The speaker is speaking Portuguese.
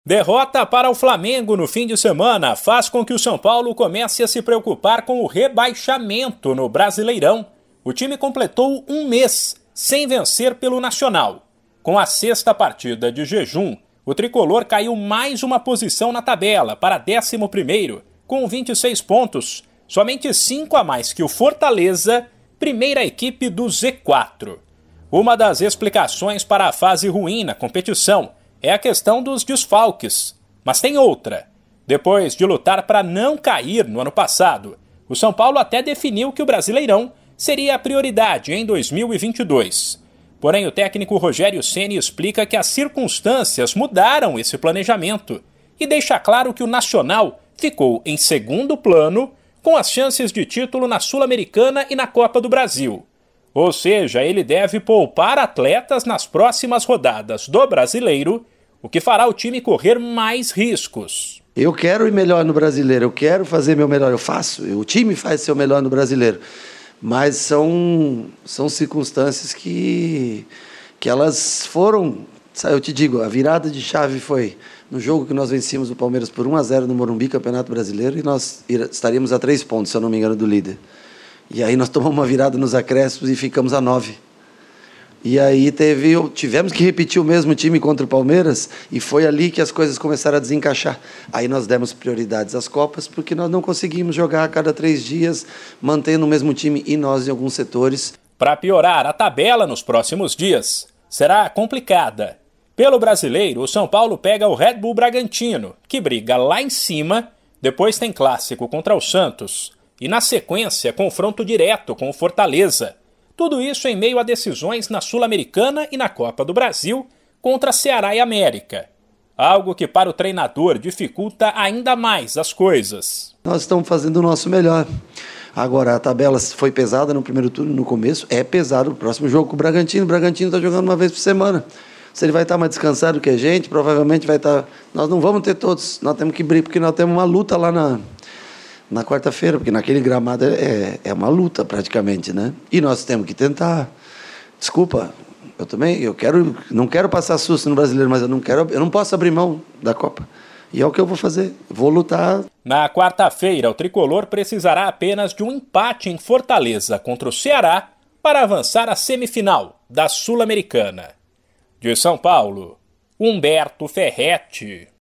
Derrota para o Flamengo no fim de semana faz com que o São Paulo comece a se preocupar com o rebaixamento no Brasileirão. O time completou um mês sem vencer pelo Nacional. Com a sexta partida de jejum, o tricolor caiu mais uma posição na tabela para 11º, com 26 pontos, somente 5 a mais que o Fortaleza, primeira equipe do Z4. Uma das explicações para a fase ruim na competição é a questão dos desfalques. Mas tem outra. Depois de lutar para não cair no ano passado, o São Paulo até definiu que o Brasileirão seria a prioridade em 2022. Porém, o técnico Rogério Ceni explica que as circunstâncias mudaram esse planejamento e deixa claro que o Nacional ficou em segundo plano com as chances de título na Sul-Americana e na Copa do Brasil. Ou seja, ele deve poupar atletas nas próximas rodadas do Brasileiro, o que fará o time correr mais riscos. Eu quero ir melhor no Brasileiro, eu quero fazer meu melhor, eu faço, o time faz seu melhor no Brasileiro. Mas são circunstâncias que elas foram, eu te digo, a virada de chave foi no jogo que nós vencemos o Palmeiras por 1-0 no Morumbi, Campeonato Brasileiro, e nós estaríamos a 3 pontos, se eu não me engano, do líder. E aí nós tomamos uma virada nos acréscimos e ficamos a 9. E aí tivemos que repetir o mesmo time contra o Palmeiras e foi ali que as coisas começaram a desencaixar. Aí nós demos prioridades às Copas porque nós não conseguimos jogar a cada 3 dias, mantendo o mesmo time e nós em alguns setores. Para piorar, a tabela nos próximos dias será complicada. Pelo Brasileiro, o São Paulo pega o Red Bull Bragantino, que briga lá em cima, depois tem clássico contra o Santos e na sequência confronto direto com o Fortaleza. Tudo isso em meio a decisões na Sul-Americana e na Copa do Brasil contra Ceará e América. Algo que para o treinador dificulta ainda mais as coisas. Nós estamos fazendo o nosso melhor. Agora, a tabela foi pesada no primeiro turno, no começo, é pesado. O próximo jogo com o Bragantino está jogando uma vez por semana. Se ele vai estar mais descansado que a gente, provavelmente vai estar... Nós não vamos ter todos, nós temos que brigar, porque nós temos uma luta lá na quarta-feira, porque naquele gramado é uma luta praticamente, né? E nós temos que tentar. Desculpa, não quero passar susto no Brasileiro, mas eu não posso abrir mão da Copa. E é o que eu vou fazer, vou lutar. Na quarta-feira, o tricolor precisará apenas de um empate em Fortaleza contra o Ceará para avançar à semifinal da Sul-Americana. De São Paulo, Humberto Ferretti.